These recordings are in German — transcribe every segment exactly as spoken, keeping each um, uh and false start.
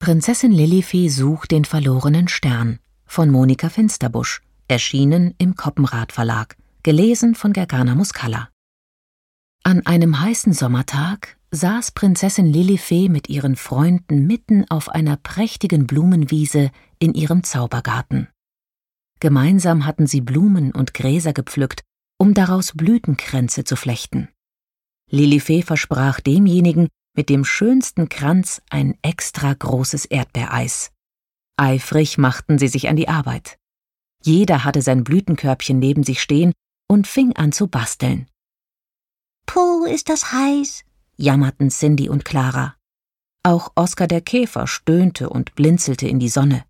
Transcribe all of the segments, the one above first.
Prinzessin Lilifee sucht den verlorenen Stern von Monika Finsterbusch, erschienen im Koppenrad Verlag, gelesen von Gergana Muscala. An einem heißen Sommertag saß Prinzessin Lilifee mit ihren Freunden mitten auf einer prächtigen Blumenwiese in ihrem Zaubergarten. Gemeinsam hatten sie Blumen und Gräser gepflückt, um daraus Blütenkränze zu flechten. Lilifee versprach demjenigen mit dem schönsten Kranz ein extra großes Erdbeereis. Eifrig machten sie sich an die Arbeit. Jeder hatte sein Blütenkörbchen neben sich stehen und fing an zu basteln. »Puh, ist das heiß«, jammerten Cindy und Clara. Auch Oskar der Käfer stöhnte und blinzelte in die Sonne.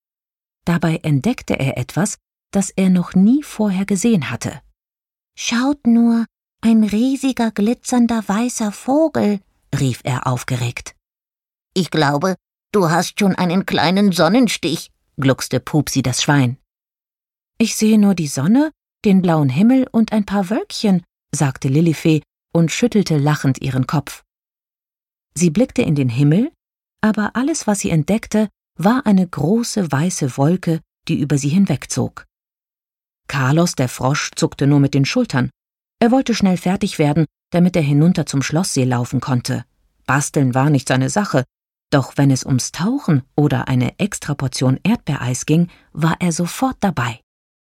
Dabei entdeckte er etwas, das er noch nie vorher gesehen hatte. »Schaut nur, ein riesiger, glitzernder, weißer Vogel«, rief er aufgeregt. »Ich glaube, du hast schon einen kleinen Sonnenstich«, gluckste Pupsi das Schwein. »Ich sehe nur die Sonne, den blauen Himmel und ein paar Wölkchen«, sagte Lilifee und schüttelte lachend ihren Kopf. Sie blickte in den Himmel, aber alles, was sie entdeckte, war eine große weiße Wolke, die über sie hinwegzog. Carlos, der Frosch, zuckte nur mit den Schultern. Er wollte schnell fertig werden, damit er hinunter zum Schlosssee laufen konnte. Basteln war nicht seine Sache, doch wenn es ums Tauchen oder eine Extraportion Erdbeereis ging, war er sofort dabei.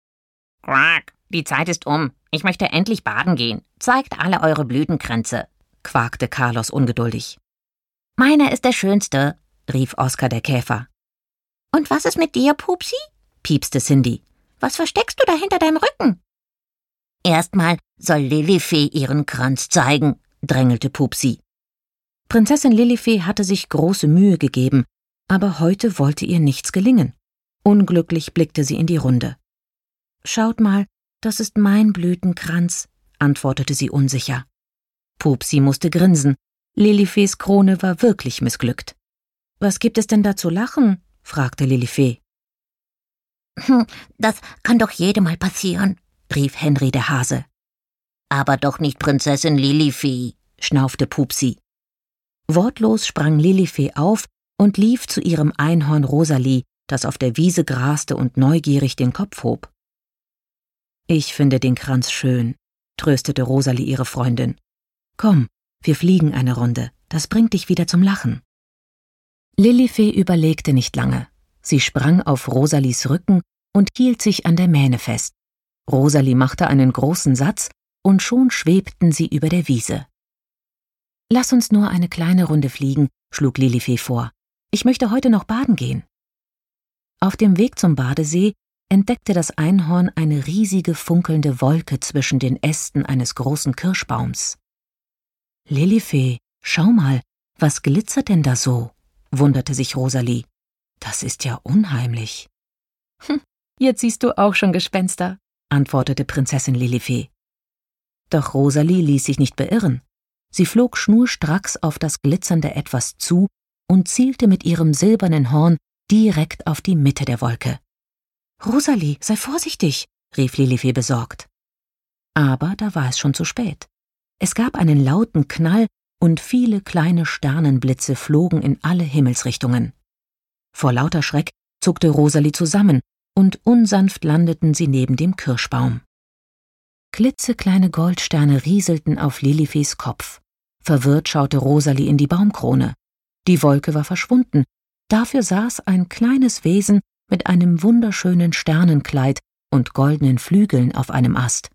»Quack, die Zeit ist um. Ich möchte endlich baden gehen. Zeigt alle eure Blütenkränze«, quakte Carlos ungeduldig. »Meiner ist der schönste«, rief Oskar der Käfer. »Und was ist mit dir, Pupsi?«, piepste Cindy. »Was versteckst du da hinter deinem Rücken?« »Erstmal soll Lilifee ihren Kranz zeigen«, drängelte Pupsi. Prinzessin Lilifee hatte sich große Mühe gegeben, aber heute wollte ihr nichts gelingen. Unglücklich blickte sie in die Runde. »Schaut mal, das ist mein Blütenkranz«, antwortete sie unsicher. Pupsi musste grinsen. Lilifees Krone war wirklich missglückt. »Was gibt es denn da zu lachen?«, fragte Lilifee. Hm, »Das kann doch jedem mal passieren«, rief Henry der Hase. »Aber doch nicht Prinzessin Lilifee«, schnaufte Pupsi. Wortlos sprang Lilifee auf und lief zu ihrem Einhorn Rosalie, das auf der Wiese graste und neugierig den Kopf hob. »Ich finde den Kranz schön«, tröstete Rosalie ihre Freundin. »Komm, wir fliegen eine Runde, das bringt dich wieder zum Lachen.« Lilifee überlegte nicht lange. Sie sprang auf Rosalies Rücken und hielt sich an der Mähne fest. Rosalie machte einen großen Satz, und schon schwebten sie über der Wiese. »Lass uns nur eine kleine Runde fliegen«, schlug Lilifee vor. »Ich möchte heute noch baden gehen.« Auf dem Weg zum Badesee entdeckte das Einhorn eine riesige funkelnde Wolke zwischen den Ästen eines großen Kirschbaums. »Lilifee, schau mal, was glitzert denn da so?«, wunderte sich Rosalie. »Das ist ja unheimlich.« »Hm, jetzt siehst du auch schon Gespenster«, antwortete Prinzessin Lilifee. Doch Rosalie ließ sich nicht beirren. Sie flog schnurstracks auf das glitzernde Etwas zu und zielte mit ihrem silbernen Horn direkt auf die Mitte der Wolke. »Rosalie, sei vorsichtig«, rief Lilifee besorgt. Aber da war es schon zu spät. Es gab einen lauten Knall und viele kleine Sternenblitze flogen in alle Himmelsrichtungen. Vor lauter Schreck zuckte Rosalie zusammen und unsanft landeten sie neben dem Kirschbaum. Klitzekleine Goldsterne rieselten auf Lilifees Kopf. Verwirrt schaute Rosalie in die Baumkrone. Die Wolke war verschwunden. Dafür saß ein kleines Wesen mit einem wunderschönen Sternenkleid und goldenen Flügeln auf einem Ast.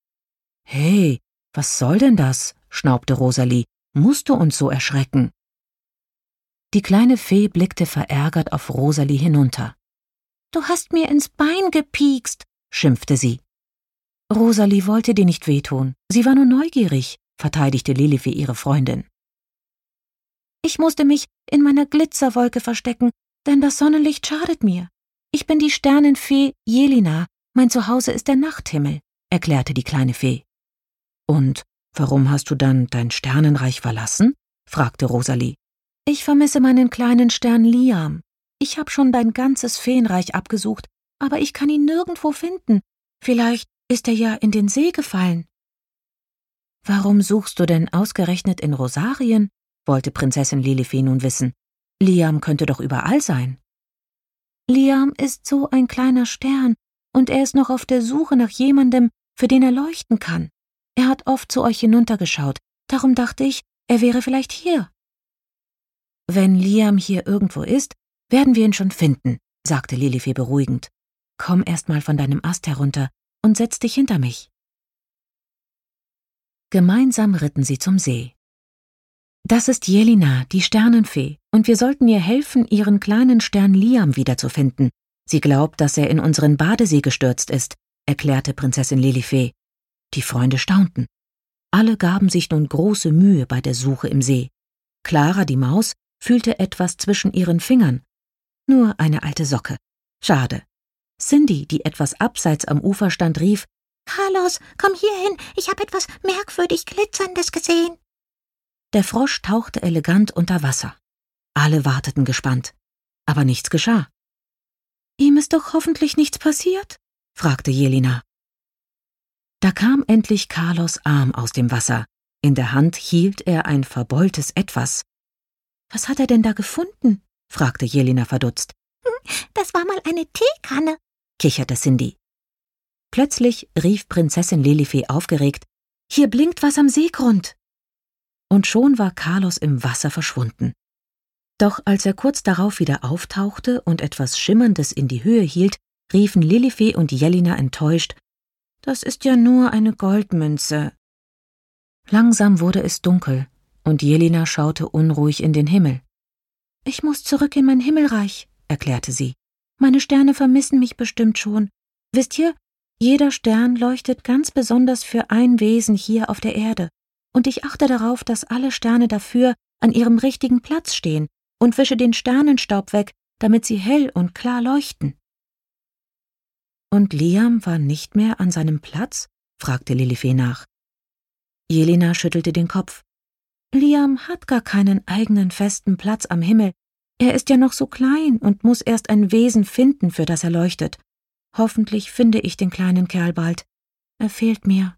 »Hey, was soll denn das?«, schnaubte Rosalie. »Musst du uns so erschrecken?« Die kleine Fee blickte verärgert auf Rosalie hinunter. »Du hast mir ins Bein gepiekst«, schimpfte sie. »Rosalie wollte dir nicht wehtun. Sie war nur neugierig«, verteidigte Lilifee ihre Freundin. »Ich musste mich in meiner Glitzerwolke verstecken, denn das Sonnenlicht schadet mir. Ich bin die Sternenfee Jelina. Mein Zuhause ist der Nachthimmel«, erklärte die kleine Fee. »Und warum hast du dann dein Sternenreich verlassen?«, fragte Rosalie. »Ich vermisse meinen kleinen Stern Liam. Ich habe schon dein ganzes Feenreich abgesucht, aber ich kann ihn nirgendwo finden. Vielleicht ist er ja in den See gefallen.« »Warum suchst du denn ausgerechnet in Rosarien?«, wollte Prinzessin Lilifee nun wissen. Liam könnte doch überall sein. Liam ist so ein kleiner Stern, und er ist noch auf der Suche nach jemandem, für den er leuchten kann. Er hat oft zu euch hinuntergeschaut, darum dachte ich, er wäre vielleicht hier. Wenn Liam hier irgendwo ist, werden wir ihn schon finden, sagte Lilifee beruhigend. Komm erst mal von deinem Ast herunter und setz dich hinter mich. Gemeinsam ritten sie zum See. Das ist Jelina, die Sternenfee, und wir sollten ihr helfen, ihren kleinen Stern Liam wiederzufinden. Sie glaubt, dass er in unseren Badesee gestürzt ist, erklärte Prinzessin Lilifee. Die Freunde staunten. Alle gaben sich nun große Mühe bei der Suche im See. Clara, die Maus, fühlte etwas zwischen ihren Fingern. Nur eine alte Socke. Schade. Cindy, die etwas abseits am Ufer stand, rief: »Carlos, komm hierhin, ich habe etwas merkwürdig Glitzerndes gesehen.« Der Frosch tauchte elegant unter Wasser. Alle warteten gespannt. Aber nichts geschah. »Ihm ist doch hoffentlich nichts passiert?« fragte Jelina. Da kam endlich Carlos' Arm aus dem Wasser. In der Hand hielt er ein verbeultes Etwas. »Was hat er denn da gefunden?« fragte Jelina verdutzt. »Das war mal eine Teekanne«, kicherte Cindy. Plötzlich rief Prinzessin Lilifee aufgeregt: »Hier blinkt was am Seegrund!« Und schon war Carlos im Wasser verschwunden. Doch als er kurz darauf wieder auftauchte und etwas Schimmerndes in die Höhe hielt, riefen Lilifee und Jelina enttäuscht: »Das ist ja nur eine Goldmünze.« Langsam wurde es dunkel, und Jelina schaute unruhig in den Himmel. »Ich muss zurück in mein Himmelreich«, erklärte sie. »Meine Sterne vermissen mich bestimmt schon. Wisst ihr, jeder Stern leuchtet ganz besonders für ein Wesen hier auf der Erde, und ich achte darauf, dass alle Sterne dafür an ihrem richtigen Platz stehen und wische den Sternenstaub weg, damit sie hell und klar leuchten.« »Und Liam war nicht mehr an seinem Platz?« fragte Lilifee nach. Jelina schüttelte den Kopf. »Liam hat gar keinen eigenen festen Platz am Himmel. Er ist ja noch so klein und muss erst ein Wesen finden, für das er leuchtet. Hoffentlich finde ich den kleinen Kerl bald. Er fehlt mir.«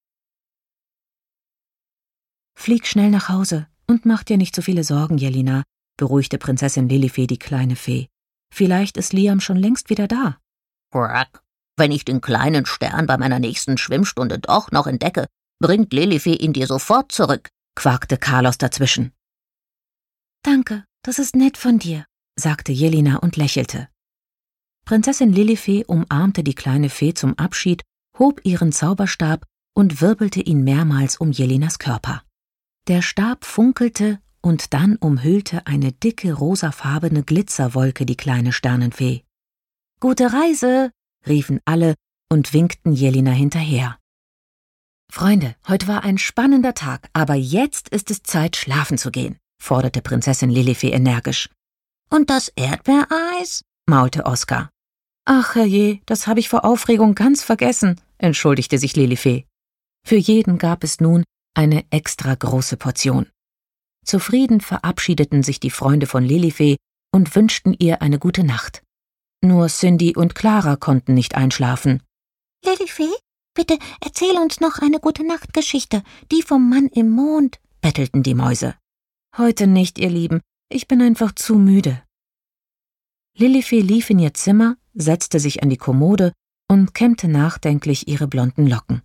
»Flieg schnell nach Hause und mach dir nicht so viele Sorgen, Jelina«, beruhigte Prinzessin Lilifee die kleine Fee. »Vielleicht ist Liam schon längst wieder da.« »Quack, wenn ich den kleinen Stern bei meiner nächsten Schwimmstunde doch noch entdecke, bringt Lilifee ihn dir sofort zurück«, quakte Carlos dazwischen. »Danke, das ist nett von dir«, sagte Jelina und lächelte. Prinzessin Lilifee umarmte die kleine Fee zum Abschied, hob ihren Zauberstab und wirbelte ihn mehrmals um Jelinas Körper. Der Stab funkelte, und dann umhüllte eine dicke rosafarbene Glitzerwolke die kleine Sternenfee. »Gute Reise«, riefen alle und winkten Jelina hinterher. »Freunde, heute war ein spannender Tag, aber jetzt ist es Zeit, schlafen zu gehen«, forderte Prinzessin Lilifee energisch. »Und das Erdbeereis?«, maulte Oskar. »Ach herrje, das habe ich vor Aufregung ganz vergessen«, entschuldigte sich Lilifee. Für jeden gab es nun eine extra große Portion. Zufrieden verabschiedeten sich die Freunde von Lilifee und wünschten ihr eine gute Nacht. Nur Cindy und Clara konnten nicht einschlafen. »Lilifee, bitte erzähl uns noch eine Gute-Nacht-Geschichte, die vom Mann im Mond«, bettelten die Mäuse. »Heute nicht, ihr Lieben, ich bin einfach zu müde.« Lilifee lief in ihr Zimmer, setzte sich an die Kommode und kämmte nachdenklich ihre blonden Locken.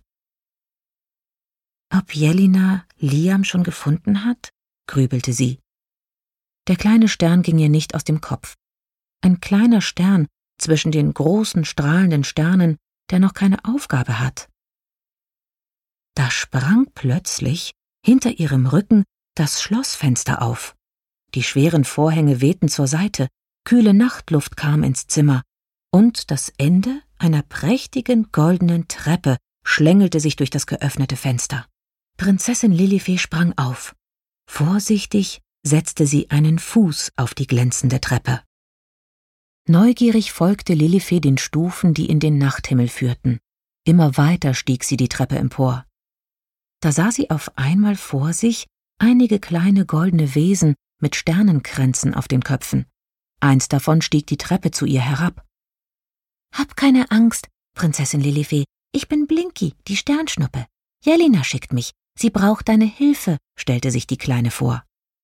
»Ob Jelina Liam schon gefunden hat?«, grübelte sie. Der kleine Stern ging ihr nicht aus dem Kopf. Ein kleiner Stern zwischen den großen, strahlenden Sternen, der noch keine Aufgabe hat. Da sprang plötzlich hinter ihrem Rücken das Schlossfenster auf. Die schweren Vorhänge wehten zur Seite, kühle Nachtluft kam ins Zimmer, und das Ende einer prächtigen goldenen Treppe schlängelte sich durch das geöffnete Fenster. Prinzessin Lilifee sprang auf. Vorsichtig setzte sie einen Fuß auf die glänzende Treppe. Neugierig folgte Lilifee den Stufen, die in den Nachthimmel führten. Immer weiter stieg sie die Treppe empor. Da sah sie auf einmal vor sich einige kleine goldene Wesen mit Sternenkränzen auf den Köpfen. Eins davon stieg die Treppe zu ihr herab. »Hab keine Angst, Prinzessin Lilifee, ich bin Blinky, die Sternschnuppe. Jelina schickt mich, sie braucht deine Hilfe«, stellte sich die Kleine vor.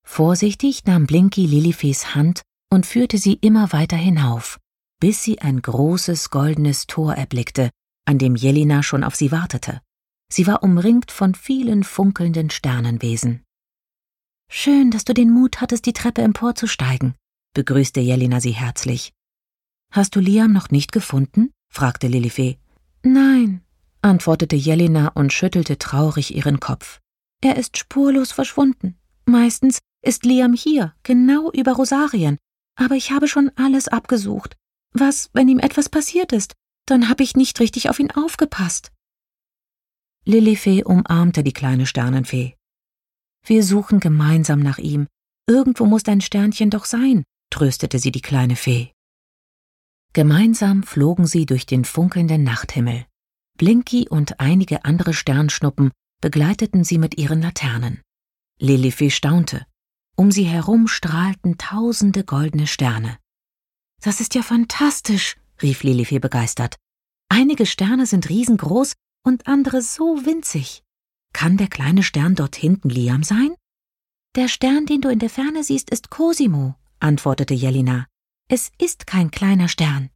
Vorsichtig nahm Blinky Lilifees Hand und führte sie immer weiter hinauf, bis sie ein großes goldenes Tor erblickte, an dem Jelina schon auf sie wartete. Sie war umringt von vielen funkelnden Sternenwesen. »Schön, dass du den Mut hattest, die Treppe emporzusteigen«, begrüßte Jelina sie herzlich. »Hast du Liam noch nicht gefunden?« fragte Lilifee. »Nein«, antwortete Jelina und schüttelte traurig ihren Kopf. »Er ist spurlos verschwunden. Meistens ist Liam hier, genau über Rosarien, aber ich habe schon alles abgesucht. Was, wenn ihm etwas passiert ist? Dann habe ich nicht richtig auf ihn aufgepasst.« Lilifee umarmte die kleine Sternenfee. »Wir suchen gemeinsam nach ihm. Irgendwo muss dein Sternchen doch sein«, tröstete sie die kleine Fee. Gemeinsam flogen sie durch den funkelnden Nachthimmel. Blinky und einige andere Sternschnuppen begleiteten sie mit ihren Laternen. Lilifee staunte. Um sie herum strahlten tausende goldene Sterne. »Das ist ja fantastisch«, rief Lilifee begeistert. »Einige Sterne sind riesengroß und andere so winzig. Kann der kleine Stern dort hinten Liam sein?« »Der Stern, den du in der Ferne siehst, ist Cosimo«, antwortete Jelina. »Es ist kein kleiner Stern.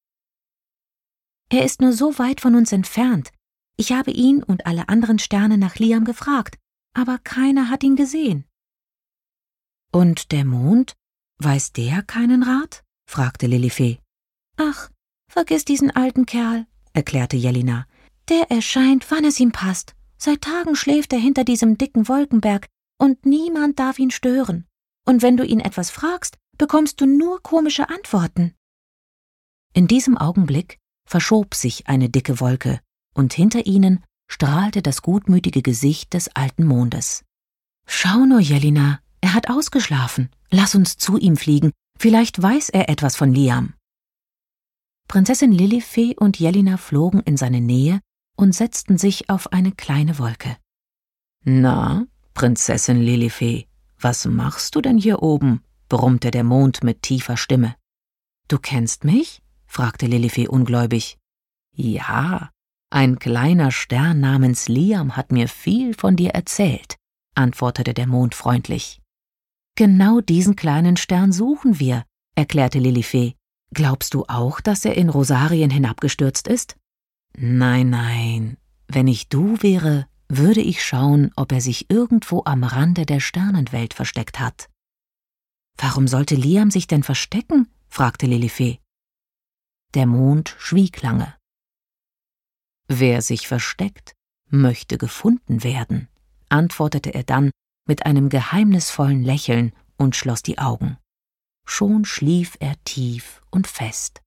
Er ist nur so weit von uns entfernt. Ich habe ihn und alle anderen Sterne nach Liam gefragt, aber keiner hat ihn gesehen.« »Und der Mond? Weiß der keinen Rat?« fragte Lilifee. »Ach, vergiss diesen alten Kerl«, erklärte Jelina. »Der erscheint, wann es ihm passt. Seit Tagen schläft er hinter diesem dicken Wolkenberg und niemand darf ihn stören. Und wenn du ihn etwas fragst, bekommst du nur komische Antworten.« In diesem Augenblick verschob sich eine dicke Wolke, und hinter ihnen strahlte das gutmütige Gesicht des alten Mondes. »Schau nur, Jelina, er hat ausgeschlafen. Lass uns zu ihm fliegen, vielleicht weiß er etwas von Liam.« Prinzessin Lilifee und Jelina flogen in seine Nähe und setzten sich auf eine kleine Wolke. »Na, Prinzessin Lilifee, was machst du denn hier oben?« brummte der Mond mit tiefer Stimme. »Du kennst mich?« fragte Lilifee ungläubig. »Ja, ein kleiner Stern namens Liam hat mir viel von dir erzählt«, antwortete der Mond freundlich. »Genau diesen kleinen Stern suchen wir«, erklärte Lilifee. »Glaubst du auch, dass er in Rosarien hinabgestürzt ist?« »Nein, nein, wenn ich du wäre, würde ich schauen, ob er sich irgendwo am Rande der Sternenwelt versteckt hat.« »Warum sollte Liam sich denn verstecken?« fragte Lilifee. Der Mond schwieg lange. »Wer sich versteckt, möchte gefunden werden«, antwortete er dann mit einem geheimnisvollen Lächeln und schloss die Augen. Schon schlief er tief und fest.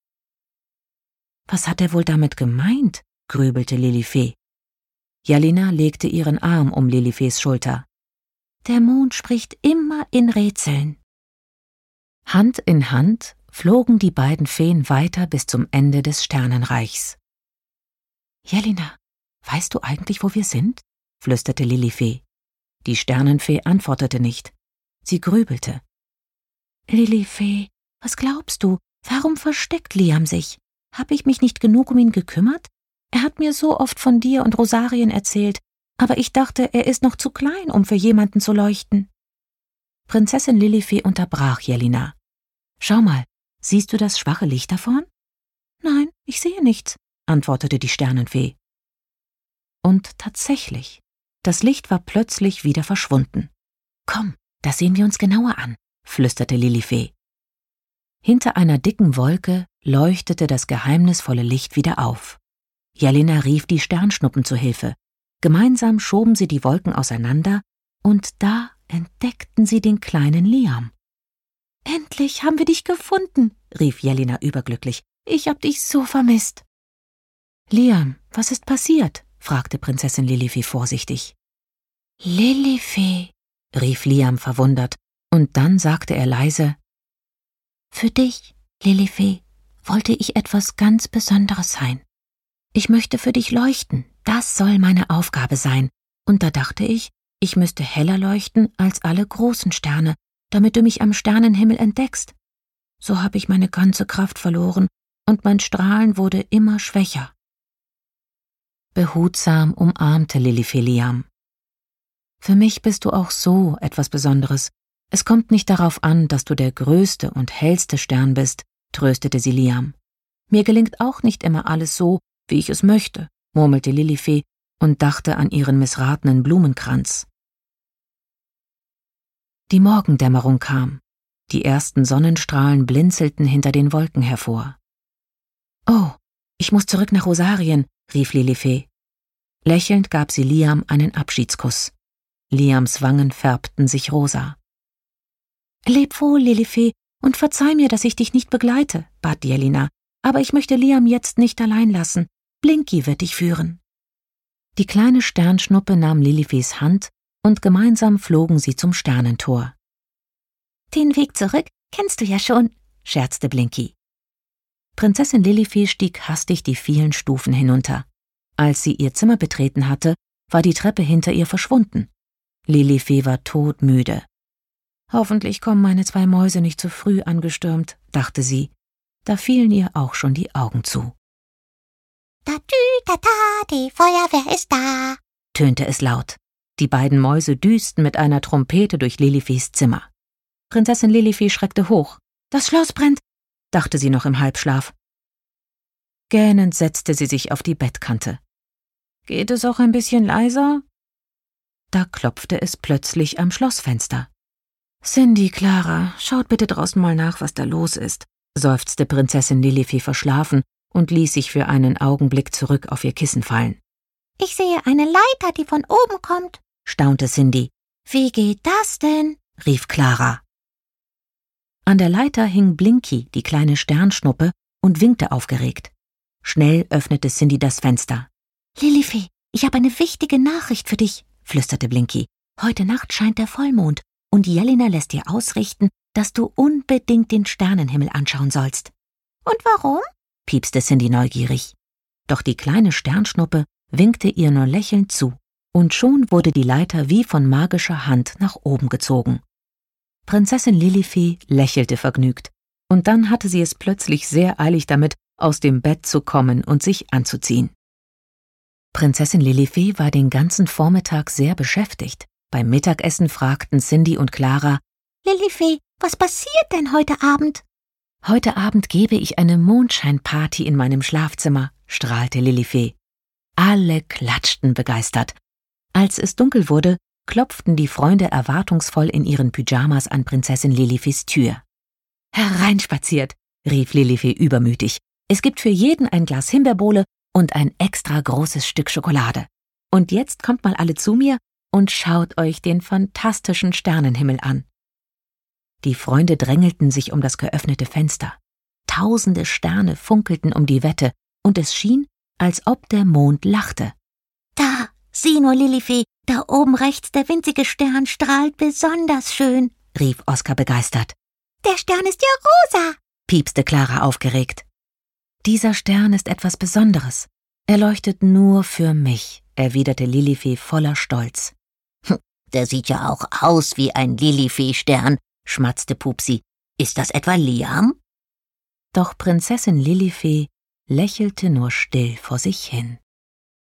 »Was hat er wohl damit gemeint?« grübelte Lilifee. Jelina legte ihren Arm um Lilifees Schulter. »Der Mond spricht immer in Rätseln.« Hand in Hand flogen die beiden Feen weiter bis zum Ende des Sternenreichs. »Jelina, weißt du eigentlich, wo wir sind?« flüsterte Lilifee. Die Sternenfee antwortete nicht. Sie grübelte. »Lilifee, was glaubst du? Warum versteckt Liam sich? Hab ich mich nicht genug um ihn gekümmert? Er hat mir so oft von dir und Rosarien erzählt, aber ich dachte, er ist noch zu klein, um für jemanden zu leuchten.« Prinzessin Lilifee unterbrach Jelina. »Schau mal, siehst du das schwache Licht da vorn?« »Nein, ich sehe nichts«, antwortete die Sternenfee. Und tatsächlich, das Licht war plötzlich wieder verschwunden. »Komm, das sehen wir uns genauer an«, flüsterte Lilifee. Hinter einer dicken Wolke leuchtete das geheimnisvolle Licht wieder auf. Jelina rief die Sternschnuppen zu Hilfe. Gemeinsam schoben sie die Wolken auseinander, und da entdeckten sie den kleinen Liam. »Endlich haben wir dich gefunden«, rief Jelina überglücklich. »Ich hab dich so vermisst.« »Liam, was ist passiert?« fragte Prinzessin Lilifee vorsichtig. »Lilifee«, rief Liam verwundert, und dann sagte er leise: »Für dich, Lilifee, wollte ich etwas ganz Besonderes sein. Ich möchte für dich leuchten, das soll meine Aufgabe sein, und da dachte ich, ich müsste heller leuchten als alle großen Sterne, damit du mich am Sternenhimmel entdeckst. So habe ich meine ganze Kraft verloren, und mein Strahlen wurde immer schwächer.« Behutsam umarmte Lilifee Liam. Für mich bist du auch so etwas Besonderes. Es kommt nicht darauf an, dass du der größte und hellste Stern bist, tröstete sie Liam. Mir gelingt auch nicht immer alles so, wie ich es möchte, murmelte Lilifee und dachte an ihren missratenen Blumenkranz. Die Morgendämmerung kam. Die ersten Sonnenstrahlen blinzelten hinter den Wolken hervor. »Oh, ich muss zurück nach Rosarien«, rief Lilifee. Lächelnd gab sie Liam einen Abschiedskuss. Liams Wangen färbten sich rosa. »Leb wohl, Lilifee, und verzeih mir, dass ich dich nicht begleite«, bat Jelina, »aber ich möchte Liam jetzt nicht allein lassen. Blinky wird dich führen.« Die kleine Sternschnuppe nahm Lilifees Hand und gemeinsam flogen sie zum Sternentor. »Den Weg zurück kennst du ja schon«, scherzte Blinky. Prinzessin Lilifee stieg hastig die vielen Stufen hinunter. Als sie ihr Zimmer betreten hatte, war die Treppe hinter ihr verschwunden. Lilifee war todmüde. »Hoffentlich kommen meine zwei Mäuse nicht zu früh angestürmt«, dachte sie. Da fielen ihr auch schon die Augen zu. »Da-dü, da-da, die Feuerwehr ist da«, tönte es laut. Die beiden Mäuse düsten mit einer Trompete durch Lilifees Zimmer. Prinzessin Lilifee schreckte hoch. »Das Schloss brennt«, dachte sie noch im Halbschlaf. Gähnend setzte sie sich auf die Bettkante. »Geht es auch ein bisschen leiser?« Da klopfte es plötzlich am Schlossfenster. »Cindy, Clara, schaut bitte draußen mal nach, was da los ist«, seufzte Prinzessin Lilifee verschlafen und ließ sich für einen Augenblick zurück auf ihr Kissen fallen. »Ich sehe eine Leiter, die von oben kommt«, staunte Cindy. »Wie geht das denn?«, rief Clara. An der Leiter hing Blinky, die kleine Sternschnuppe, und winkte aufgeregt. Schnell öffnete Cindy das Fenster. »Lilifee, ich habe eine wichtige Nachricht für dich«, flüsterte Blinky. »Heute Nacht scheint der Vollmond und Jelina lässt dir ausrichten, dass du unbedingt den Sternenhimmel anschauen sollst.« »Und warum?«, piepste Cindy neugierig. Doch die kleine Sternschnuppe winkte ihr nur lächelnd zu, und schon wurde die Leiter wie von magischer Hand nach oben gezogen. Prinzessin Lilifee lächelte vergnügt, und dann hatte sie es plötzlich sehr eilig damit, aus dem Bett zu kommen und sich anzuziehen. Prinzessin Lilifee war den ganzen Vormittag sehr beschäftigt. Beim Mittagessen fragten Cindy und Clara: »Lilifee, was passiert denn heute Abend?« »Heute Abend gebe ich eine Mondscheinparty in meinem Schlafzimmer«, strahlte Lilifee. Alle klatschten begeistert. Als es dunkel wurde, klopften die Freunde erwartungsvoll in ihren Pyjamas an Prinzessin Lilifees Tür. »Hereinspaziert«, rief Lilifee übermütig. »Es gibt für jeden ein Glas Himbeerbowle und ein extra großes Stück Schokolade. Und jetzt kommt mal alle zu mir und schaut euch den fantastischen Sternenhimmel an.« Die Freunde drängelten sich um das geöffnete Fenster. Tausende Sterne funkelten um die Wette, und es schien, als ob der Mond lachte. »Da, sieh nur, Lilifee, da oben rechts der winzige Stern strahlt besonders schön«, rief Oskar begeistert. »Der Stern ist ja rosa«, piepste Clara aufgeregt. »Dieser Stern ist etwas Besonderes. Er leuchtet nur für mich«, erwiderte Lilifee voller Stolz. »Der sieht ja auch aus wie ein Lilifee-Stern«, schmatzte Pupsi. »Ist das etwa Liam?« Doch Prinzessin Lilifee lächelte nur still vor sich hin.